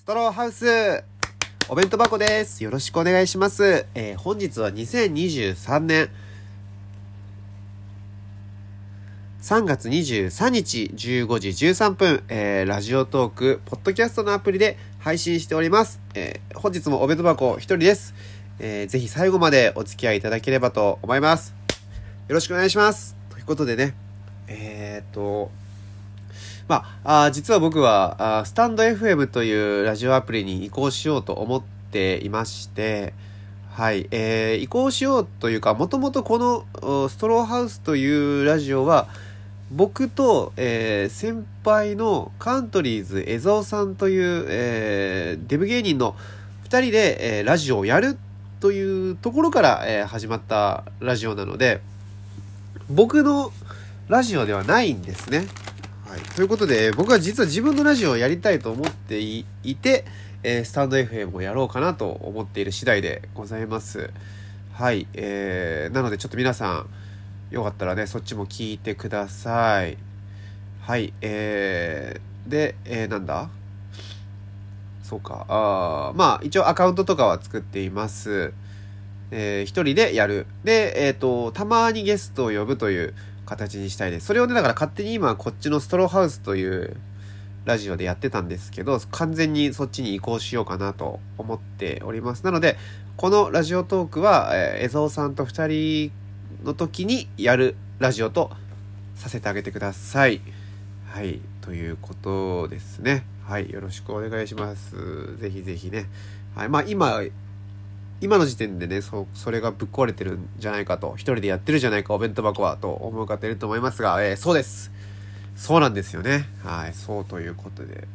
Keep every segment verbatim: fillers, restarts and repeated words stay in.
トローハウスお弁当箱です。よろしくお願いします。えー、本日はにせんにじゅうさんねんさんがつにじゅうさんにちじゅうごじじゅうさんぷん、えー、ラジオトークポッドキャストのアプリで配信しております。えー、本日もお弁当箱一人です。えー、ぜひ最後までお付き合いいただければと思います。よろしくお願いします。ということでね、えーっとまあ、あ実は僕はあスタンド エフエム というラジオアプリに移行しようと思っていまして、はい、えー、移行しようというか、もともとこのストローハウスというラジオは僕と、えー、先輩のカントリーズ江蔵さんという、えー、デブ芸人のふたりで、えー、ラジオをやるというところから、えー、始まったラジオなので、僕のラジオではないんですね。はい、ということで僕は実は自分のラジオをやりたいと思っていて、えー、スタンド エフエム をやろうかなと思っている次第でございます。はい、えー、なのでちょっと皆さんよかったらねそっちも聞いてください。はい、えー、で、えー、なんだそうかあまあ一応アカウントとかは作っています。えー、一人でやるで、えーと、たまにゲストを呼ぶという形にしたいです。それをねだから勝手に今こっちのストローハウスというラジオでやってたんですけど、完全にそっちに移行しようかなと思っております。なのでこのラジオトークは、えー、江蔵さんとふたりの時にやるラジオとさせてあげてください。はい、ということですね。はい、よろしくお願いします。ぜひぜひね。はい、まあ今今の時点でね そ, それがぶっ壊れてるんじゃないかと、一人でやってるじゃないかお弁当箱はと思う方いると思いますが、えー、そうですそうなんですよね。はい、そうということで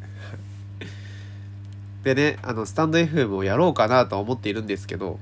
でね、あのスタンド エフエム をやろうかなと思っているんですけど、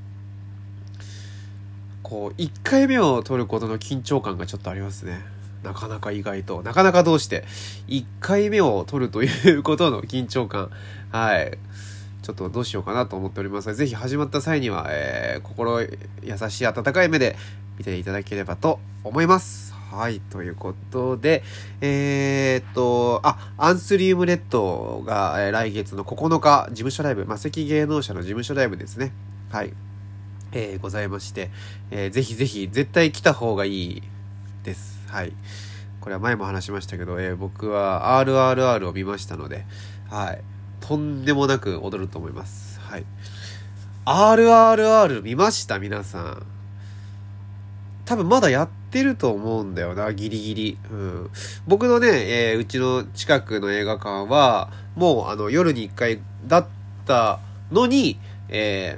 こういっかいめを取ることの緊張感がちょっとありますね。なかなか意外となかなかどうしていっかいめを取るということの緊張感、はいちょっとどうしようかなと思っております。ぜひ始まった際には、えー、心優しい温かい目で見ていただければと思います。はい、ということで、えー、っと、あ、アンスリウムレッドが、えー、来月のここのか、事務所ライブ、マセキ芸能者の事務所ライブですね。はい、えー、ございまして、えー、ぜひぜひ絶対来た方がいいです。はい。これは前も話しましたけど、えー、僕は アールアールアール を見ましたので、はい。とんでもなく踊ると思います。はい。アールアールアール 見ました皆さん。多分まだやってると思うんだよな、ギリギリ。うん。僕のね、えー、うちの近くの映画館は、もうあの夜にいっかいだったのに、え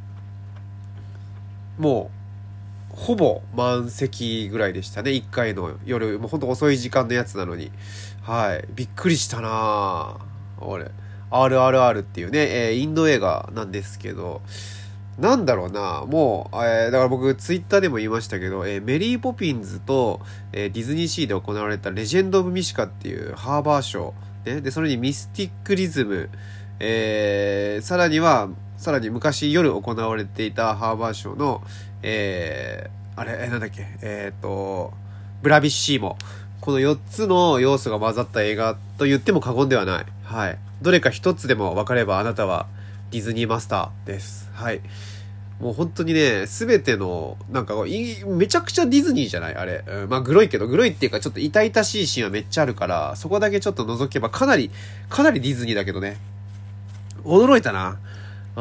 ー、もう、ほぼ満席ぐらいでしたね。いっかいの夜、もうほんと遅い時間のやつなのに。はい。びっくりしたなぁ。俺。アールアールアール っていうね、えー、インド映画なんですけど、なんだろうな、もう、えー、だから僕ツイッターでも言いましたけど、えー、メリーポピンズと、えー、ディズニーシーで行われたレジェンド・オブ・ミシカっていうハーバー賞、ね、でそれにミスティック・リズム、えー、さらにはさらに昔夜行われていたハーバー賞の、えー、あれ、えー、なんだっけ、えー、っとブラビッシーモ、このよっつの要素が混ざった映画と言っても過言ではない。はい、どれか一つでも分かればあなたはディズニーマスターです。はい。もう本当にね、すべての、なんかい、めちゃくちゃディズニーじゃないあれ。うん、まあ、グロいけど、グロいっていうか、ちょっと痛々しいシーンはめっちゃあるから、そこだけちょっと覗けば、かなり、かなりディズニーだけどね。驚いたな。うん。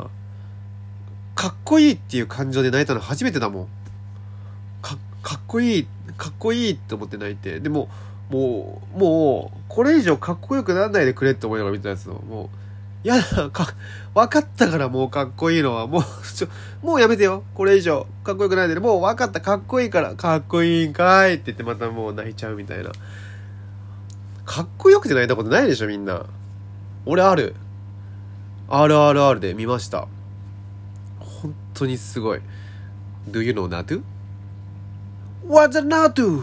かっこいいっていう感情で泣いたの初めてだもん。か、かっこいい、かっこいいって思って泣いて。でも、もう、もう、これ以上かっこよくならないでくれって思いながら見たやつの、もう、やだ、か、分かったからもうかっこいいのは、もう、ちょ、もうやめてよ。これ以上、かっこよくないで、もう分かった、かっこいいから、かっこいいんかいって言ってまたもう泣いちゃうみたいな。かっこよくて泣いたことないでしょ、みんな。俺ある。アールアールアール で見ました。本当にすごい。Do you know Natu? What's a Natu?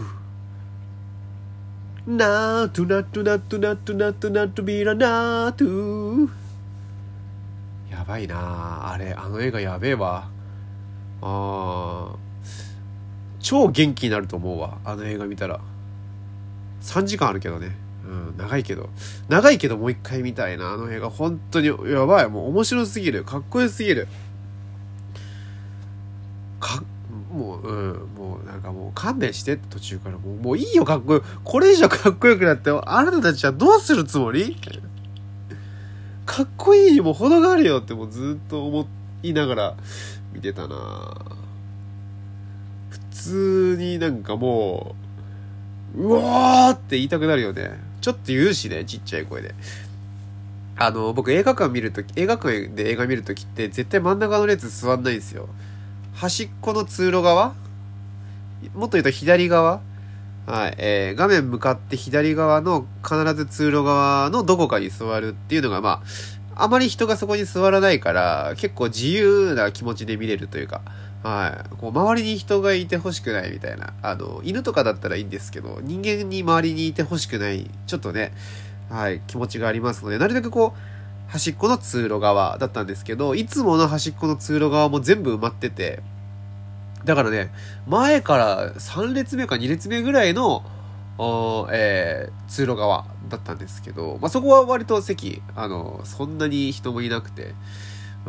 Natu, Natu, Natu, Natu, Natu, Natu, be a Natu.やばいなあれ、あの映画やべえわ。あ超元気になると思うわ、あの映画見たら。さんじかんあるけどね。 うん、長いけど長いけどもう一回見たいな。あの映画本当にやばい。もう面白すぎる、かっこよすぎる。かもう、うん、もうなんかもう勘弁してって、途中からもうもういいよ、かっこよ、これ以上かっこよくなってあなたたちはどうするつもりみたいな。かっこいいにも程があるよってもうずっと思いながら見てたな。普通になんかもううわーって言いたくなるよね。ちょっと言うしね、ちっちゃい声で。あの僕映画館見るとき映画館で映画見るときって絶対真ん中の列座んないんですよ。端っこの通路側、もっと言うと左側、はい、えー、画面向かって左側の必ず通路側のどこかに座るっていうのが、まああまり人がそこに座らないから結構自由な気持ちで見れるというか、はい、こう周りに人がいてほしくないみたいな、あの犬とかだったらいいんですけど、人間に周りにいてほしくないちょっとね、はい、気持ちがありますので、なるべくこう端っこの通路側だったんですけど、いつもの端っこの通路側も全部埋まってて、だからね、前からさん列目かに列目ぐらいの、えー、通路側だったんですけど、まあ、そこは割と席、あの、そんなに人もいなくて、うん、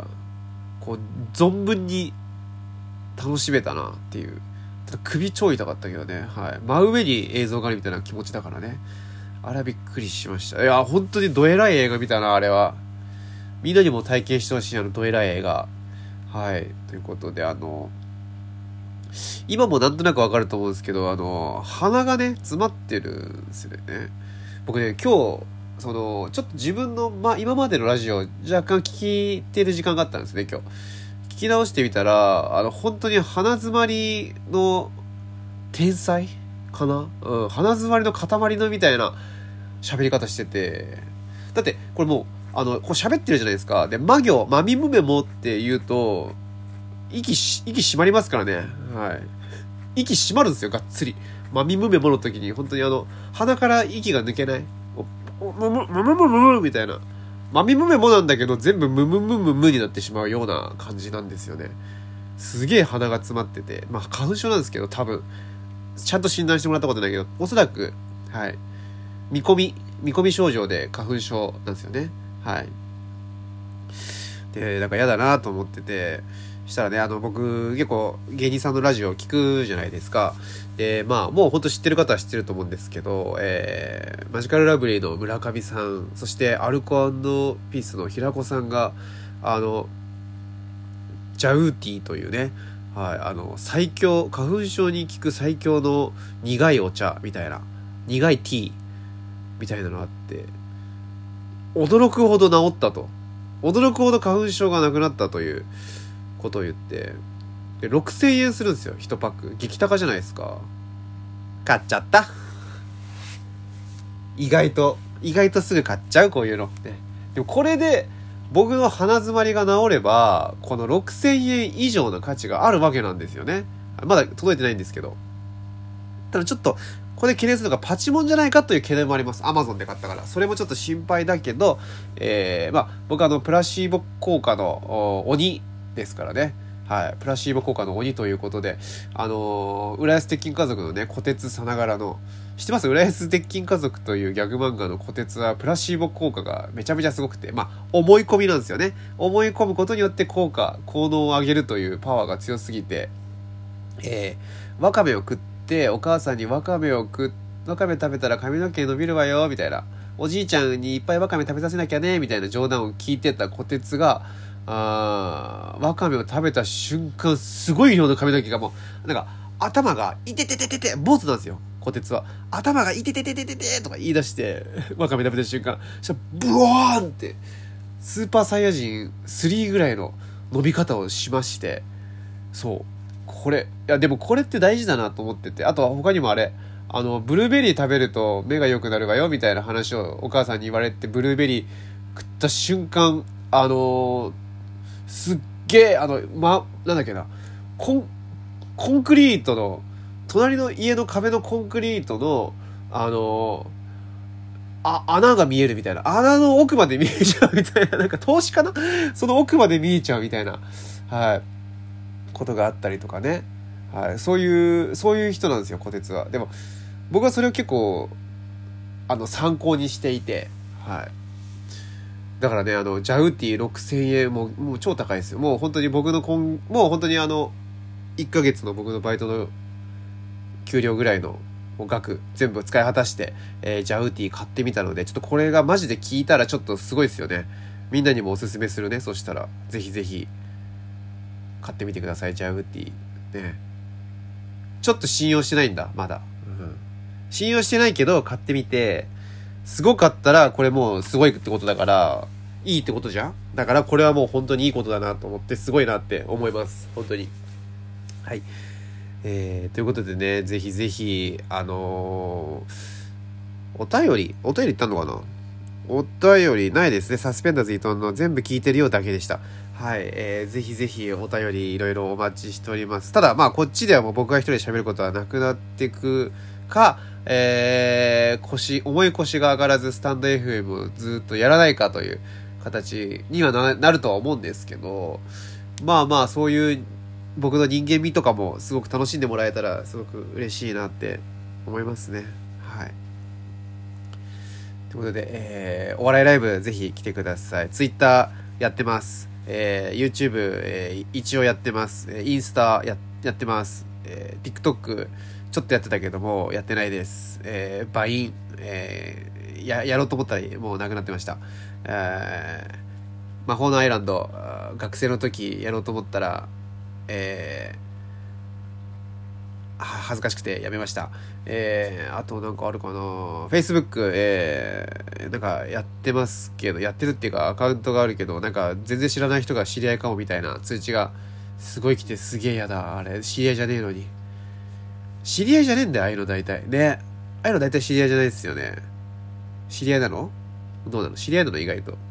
こう、存分に楽しめたなっていう。ただ首超痛かったけどね、はい。真上に映像があるみたいな気持ちだからね。あれはびっくりしました。いや、本当にドエラい映画見たな、あれは。みんなにも体験してほしい、あの、ドエラい映画。はい。ということで、あの、今もなんとなくわかると思うんですけど、あの、鼻がね、詰まってるんですよね。僕ね、今日、その、ちょっと自分の、まあ、今までのラジオ、若干聞いてる時間があったんですね、今日。聞き直してみたら、あの、本当に鼻詰まりの天才かな、うん、鼻詰まりの塊のみたいな喋り方してて。だって、これもう、あの、こう喋ってるじゃないですか。で、ま行、まみむめもって言うと、息し、息締まりますからね。はい。息締まるんですよ、がっつり。まみむめもの時に、本当にあの、鼻から息が抜けない。お、お、むむ、むむむむむみたいな。まみむめもなんだけど、全部むむむむむになってしまうような感じなんですよね。すげえ鼻が詰まってて。まあ、花粉症なんですけど、多分。ちゃんと診断してもらったことないけど、おそらく、はい。見込み、見込み症状で花粉症なんですよね。はい。で、なんか嫌だなと思ってて、したらね、あの、僕、結構、芸人さんのラジオ聞くじゃないですか。で、まあ、もうほんと知ってる方は知ってると思うんですけど、えー、マジカルラブリーの村上さん、そしてアルコ&ピースの平子さんが、あの、ジャウーティーというね、はい、あの、最強、花粉症に効く最強の苦いお茶みたいな、苦いティーみたいなのあって、驚くほど治ったと。驚くほど花粉症がなくなったということを言って、でろくせんえんするんですよ、いちパック。激高じゃないですか。買っちゃった。意外と意外とすぐ買っちゃう、こういうのね。でもこれで僕の鼻詰まりが治れば、このろくせんえん以上の価値があるわけなんですよね。まだ届いてないんですけど、ただちょっとこれ懸念するのがパチモンじゃないかという懸念もあります。アマゾンで買ったから。それもちょっと心配だけど、えー、まあ僕はあのプラシーボ効果の鬼ですからね。はい、プラシーボ効果の鬼ということで、あのー、浦安鉄筋家族のね、虎鉄さながらの、知ってます？浦安鉄筋家族というギャグ漫画の虎鉄はプラシーボ効果がめちゃめちゃすごくて、まあ思い込みなんですよね。思い込むことによって効果、効能を上げるというパワーが強すぎて、えー、ワカメを食って、お母さんにワカメを食っ、ワカメ食べたら髪の毛伸びるわよ、みたいな。おじいちゃんにいっぱいワカメ食べさせなきゃね、みたいな冗談を聞いてた虎鉄が、あー、ワカメを食べた瞬間、すごい量の髪の毛がもう、なんか、頭が、いててててて、坊主なんですよ、虎鉄は。頭がいててててててとか言い出して、ワカメ食べた瞬間、そしたら、ブワーンって、スーパーサイヤ人スリーぐらいの伸び方をしまして、そう。これ、いや、でもこれって大事だなと思ってて、あとは他にもあれ、あの、ブルーベリー食べると目が良くなるわよ、みたいな話をお母さんに言われて、ブルーベリー食った瞬間、あのー、すっげえ、あの、ま、なんだっけな、コン、コンクリートの、隣の家の壁のコンクリートの、あのー、あ、穴が見えるみたいな。穴の奥まで見えちゃうみたいな。なんか投資かなその奥まで見えちゃうみたいな。はい。ことがあったりとかね。はい。そういう、そういう人なんですよ、虎鉄は。でも、僕はそれを結構、 あの参考にしていて、はい。だからね、あのジャウティろくせんえんもう、もう超高いですよ。もう本当に僕の今もう本当にあのいっかげつの僕のバイトの給料ぐらいの額全部使い果たして、えー、ジャウティ買ってみたので、ちょっとこれがマジで効いたらちょっとすごいですよね。みんなにもおすすめするね。そしたらぜひぜひ買ってみてください、ジャウティね。ちょっと信用してないんだまだ、うん、信用してないけど買ってみてすごかったらこれもうすごいってことだからいいってことじゃん。だからこれはもう本当にいいことだなと思ってすごいなって思います本当に。はい、えー、ということでね、ぜひぜひあのー、お便りお便り言ったのかな。お便りないですね。サスペンダーズ伊藤の全部聞いてるよだけでした。はい、えー、ぜひぜひお便りいろいろお待ちしております。ただまあこっちではもう僕が一人で喋ることはなくなっていくか、えー、腰重い腰が上がらずスタンド エフエム をずっとやらないかという形には な, なるとは思うんですけど、まあまあそういう僕の人間味とかもすごく楽しんでもらえたらすごく嬉しいなって思いますね。はい。ということで、えー、お笑いライブぜひ来てください。Twitter やってます。えー、YouTube、えー、一応やってます。インスタややってます。えー、TikTok ちょっとやってたけどもやってないです。えー、バイン、えー、ややろうと思ったらもうなくなってました。えー、魔法のアイランド学生の時やろうと思ったら、えー恥ずかしくてやめました。えー、あとなんかあるかな。Facebook、えー、なんかやってますけど、やってるっていうかアカウントがあるけど、なんか全然知らない人が知り合いかもみたいな通知がすごい来てすげえやだ。あれ、知り合いじゃねえのに。知り合いじゃねえんだよ、ああいうの大体。ね。ああいうの大体知り合いじゃないですよね。知り合いなの？どうなの？知り合いなの意外と。